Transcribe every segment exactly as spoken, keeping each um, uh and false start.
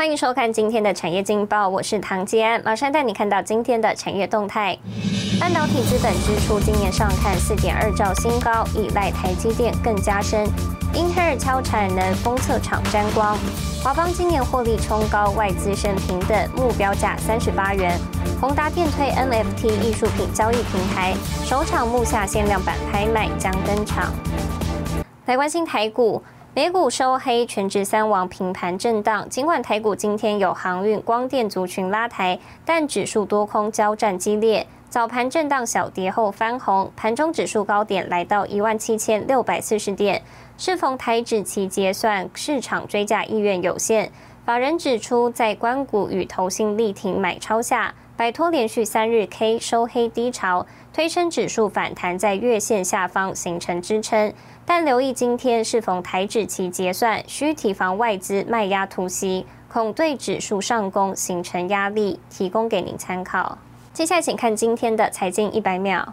迎收看今天的产业劲报，我是唐杰安，马上带你看到今天的产业动态。半导体资本支出今年上看 四点二兆新高，依赖台积电更加深。英特尔敲产能，封测厂沾光。华邦今年获利冲高，外资升平等，目标价三十八元。宏达电推 N F T 艺术品交易平台，首场木下限量版拍卖将登场。来关心台股。美股收黑，全指三王平盘震荡。尽管台股今天有航运、光电族群拉抬，但指数多空交战激烈。早盘震荡小跌后翻红，盘中指数高点来到一万七千六百四十点。适逢台指期结算，市场追价意愿有限。法人指出，在官股与投信力挺买超下，摆脱连续三日 K 收黑低潮，推升指数反弹在月线下方形成支撑。但留意今天适逢台指期结算，需提防外资卖压突袭，恐对指数上攻形成压力，提供给您参考。接下来请看今天的财经一百秒。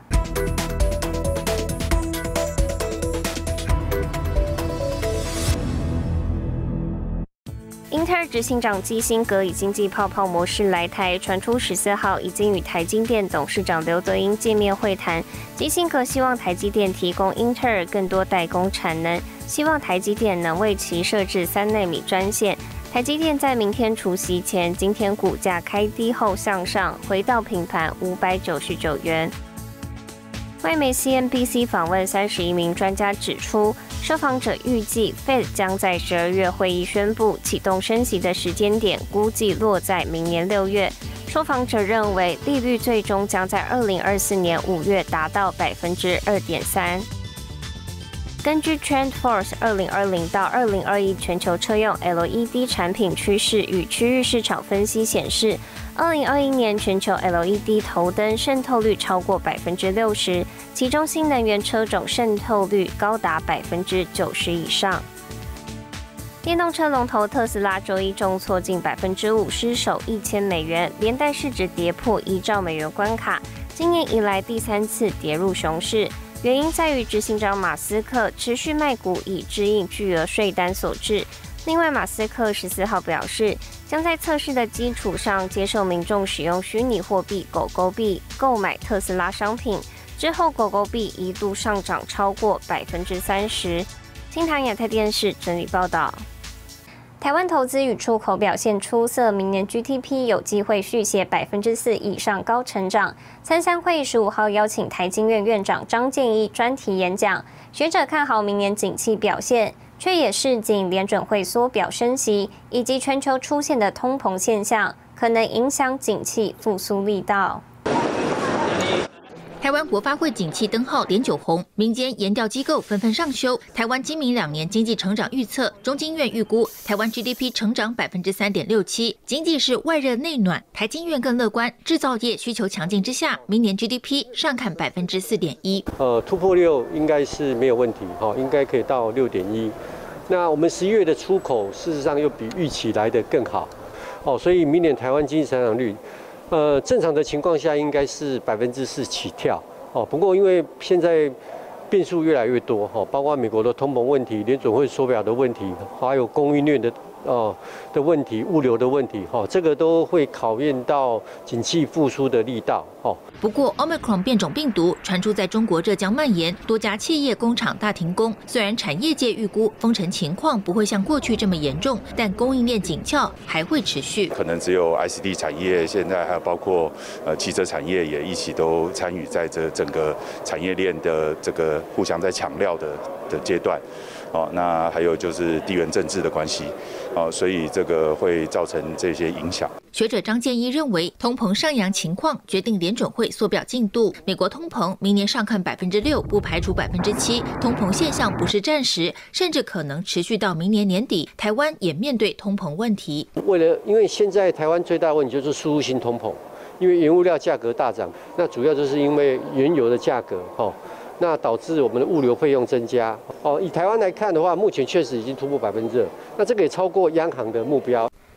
英特尔执行长基辛格以经济泡泡模式来台，传出十四号已经与台积电董事长刘德英见面会谈。基辛格希望台积电提供英特尔更多代工产能，希望台积电能为其设置三奈米专线。台积电在明天除息前，今天股价开低后向上，回到平盘五百九十九元。外媒 C N B C 访问三十一名专家指出，受访者预计 Fed 将在十二月会议宣布启动升息的时间点，估计落在明年六月。受访者认为，利率最终将在二零二四年五月达到百分之二点三。根据 TrendForce 二零二零到二零二一全球车用 L E D 产品趋势与区域市场分析显示，二零二一年全球 L E D 头灯渗透率超过百分之六十，其中新能源车种渗透率高达百分之九十以上。电动车龙头特斯拉周一重挫近百分之五，失守一千美元，连带市值跌破一兆美元关卡，今年以来第三次跌入熊市。原因在于执行长马斯克持续卖股以支应巨额税单所致。另外，马斯克十四号表示，将在测试的基础上接受民众使用虚拟货币狗狗币购买特斯拉商品。之后，狗狗币一度上涨超过百分之三十。新唐亚太电视整理报道。台湾投资与出口表现出色，明年 G D P 有机会续写百分之四以上高成长。参三会十五号邀请台经院院长张建一专题演讲，学者看好明年景气表现，却也示警联准会缩表升息，以及全球出现的通膨现象，可能影响景气复苏力道。 台湾国发会景气灯号连九红，民间研调机构纷纷上修台湾今明两年经济成长预测。中经院预估台湾 G D P 成长百分之三点六七，经济是外热内暖。台经院更乐观，制造业需求强劲之下，明年 G D P 上看百分之四点一。 呃，突破六应该是没有问题，哈，应该可以到六点一。那我们十一月的出口事实上又比预期来得更好，哦，所以明年台湾经济成长率。呃，正常的情况下应该是百分之四起跳哦。不过因为现在变数越来越多哈，包括美国的通膨问题、联准会缩表的问题，还有供应链的哦的问题、物流的问题哈，这个都会考验到景气复苏的力道哈。 不过 Omicron 变种病毒传出在中国浙江蔓延，多家企业工厂大停工。虽然产业界预估封城情况不会像过去这么严重，但供应链紧俏还会持续。 可能只有 I C T 产业，现在还有包括呃汽车产业也一起都参与在这整个产业链的这个互相在抢料的的阶段。哦，那还有就是地缘政治的关系，哦，所以这个会造成这些影响。 学者张建一认为，通膨上扬情况决定联准会缩表进度。美国通膨明年上看百分之六，不排除百分之七。通膨现象不是暂时，甚至可能持续到明年年底。台湾也面对通膨问题。 为了，因为现在台湾最大的问题就是输入性通膨，因为原物料价格大涨，那主要就是因为原油的价格，哦。那导致我们的物流费用增加哦。以台湾来看的话，目前确实已经突破百分之二，那这个也超过央行的目标。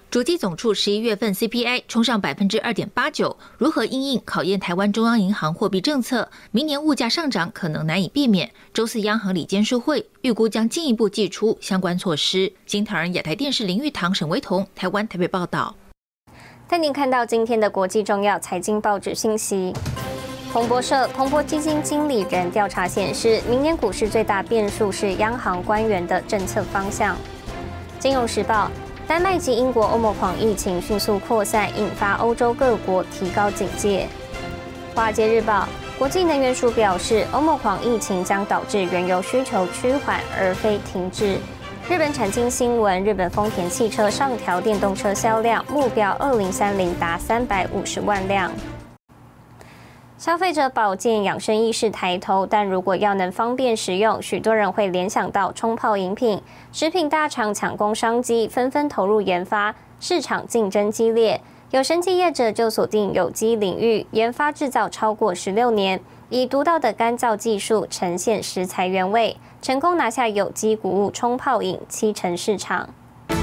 主计总处十一月份 C P I 冲上百分之二点八九，如何因应考验台湾中央银行货币政策，明年物价上涨可能难以避免。周四央行理监事会预估将进一步祭出相关措施。经台湾亚台电视林玉堂、沈维彤，台湾台北报道。 带您看到今天的国际重要财经报纸信息。彭博社，彭博基金经理人调查显示，明年股市最大变数是央行官员的政策方向。金融时报，丹麦及英国欧盟狂疫情迅速扩散，引发欧洲各国提高警戒。华尔街日报，国际能源署表示，欧盟狂疫情将导致原油需求趋缓，而非停滞。日本产经新闻，日本丰田汽车上调电动车销量目标，二零三零达三百五十万辆。消费者保健养生意识抬头，但如果要能方便食用，许多人会联想到冲泡饮品。食品大厂抢攻商机，纷纷投入研发，市场竞争激烈。有生技业者就锁定有机领域，研发制造超过十六年，以独到的干燥技术呈现食材原味，成功拿下有机谷物冲泡饮七成市场。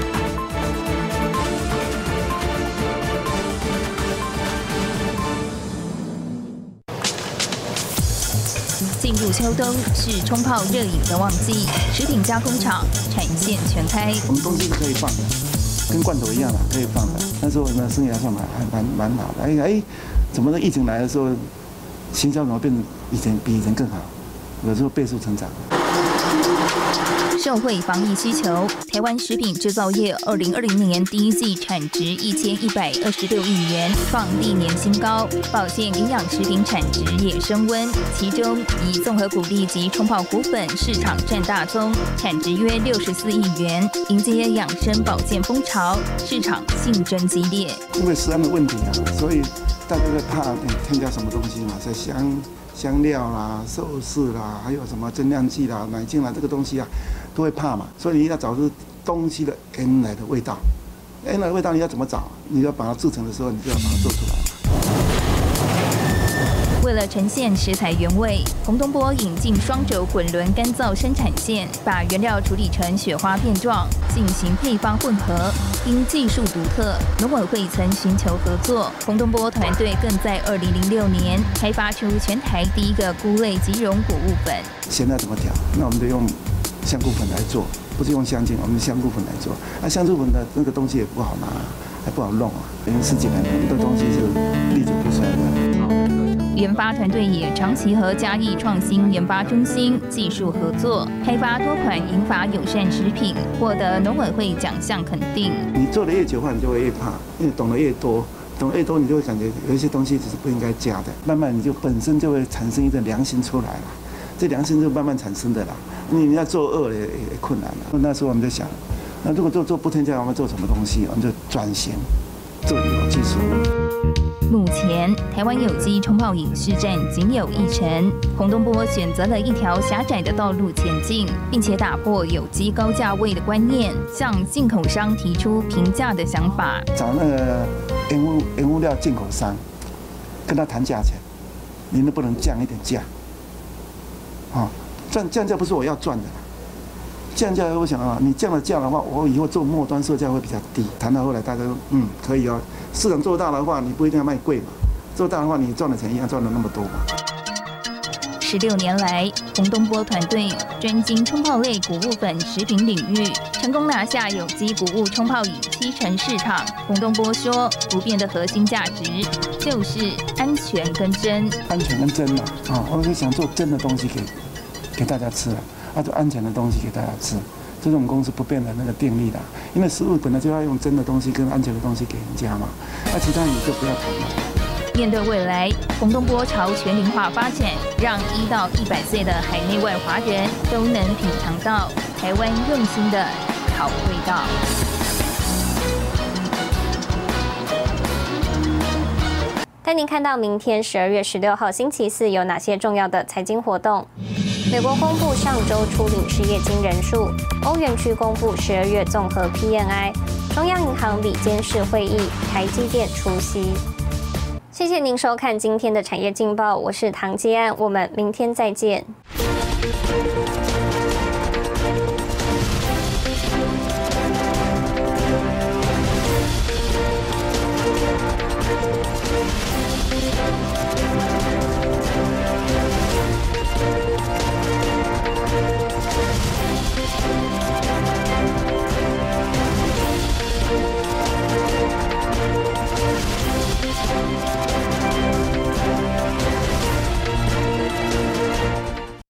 进入秋冬是冲泡热饮的旺季，食品加工厂产线全开。 我们东西是可以放的，跟罐头一样的，可以放的。那时候呢，生意还算蛮还蛮蛮好的。哎哎，怎么呢？疫情来的时候，行销怎么变成以前比以前更好？有时候倍数成长。 受惠防疫需求，台湾食品制造业二零二零年第一季产值一千一百二十六亿元，创历年新高。保健营养食品产值也升温，其中以综合谷粒及冲泡谷粉市场占大宗，产值约六十四亿元，迎接养生保健风潮，市场竞争激烈。 因为食安的问题啊，所以大家在怕添加什么东西嘛，在香。香料啦、寿司啦，还有什么增量剂啦、奶精啦，这个东西啊，都会怕嘛。所以你要找出东西的原来的味道，原来的味道你要怎么找？你要把它制成的时候，你就要把它做出来。 为了呈现食材原味，洪东波引进双轴滚轮干燥生产线，把原料处理成雪花片状，进行配方混合。因技术独特，农委会曾寻求合作，洪东波团队更在二零零六年开发出全台第一个菇类即溶谷物粉。 现在怎么调？那我们就用香菇粉来做，不是用香精，我们香菇粉来做。那香菇粉的那个东西也不好拿，还不好弄啊，因为十几年很多东西是历久不衰的。 研发团队也长期和嘉义创新研发中心技术合作，开发多款银发友善食品，获得农委会奖项肯定。 你做的越久的话，你就会越怕，因为懂得越多，懂得越多，你就会感觉有一些东西只是不应该加的，慢慢你就本身就会产生一个良心出来了，这良心就慢慢产生的啦。你要做恶也也困难了。那时候我们在想，那如果做做不添加，我们做什么东西？我们就转型做有技术。 目前，台湾有机冲泡饮市占仅有一成。洪东波选择了一条狭窄的道路前进，并且打破有机高价位的观念，向进口商提出平价的想法。 找那个原物原物料进口商，跟他谈价钱，你能不能降一点价？啊、哦，降降价不是我要赚的啦。降价，我想啊，你降了价的话，我以后做末端售价会比较低。谈到后来，大家说，嗯，可以哦。市场做大的话，你不一定要卖贵嘛。做大的话，你赚的钱一样赚了那么多嘛。 十六年来，洪东波团队专精冲泡类谷物粉食品领域，成功拿下有机谷物冲泡饮七成市场。洪东波说，不变的核心价值就是安全跟真。 安全跟真嘛，啊、哦，我是想做真的东西给给大家吃了。啊，做安全的东西给大家吃，这是我们公司不变的那个定力的。因为食物本来就要用真的东西跟安全的东西给人家嘛，那其他你就不要谈了。 面对未来，洪东波朝全龄化发展，让一到一百岁的海内外华人都能品尝到台湾用心的好味道。 带您看到明天十二月十六号星期四有哪些重要的财经活动。美国公布上周初领失业金人数，欧元区公布十二月综合 P M I， 中央银行理监事会议，台积电出席。谢谢您收看今天的产业劲报，我是唐基安，我们明天再见。 台。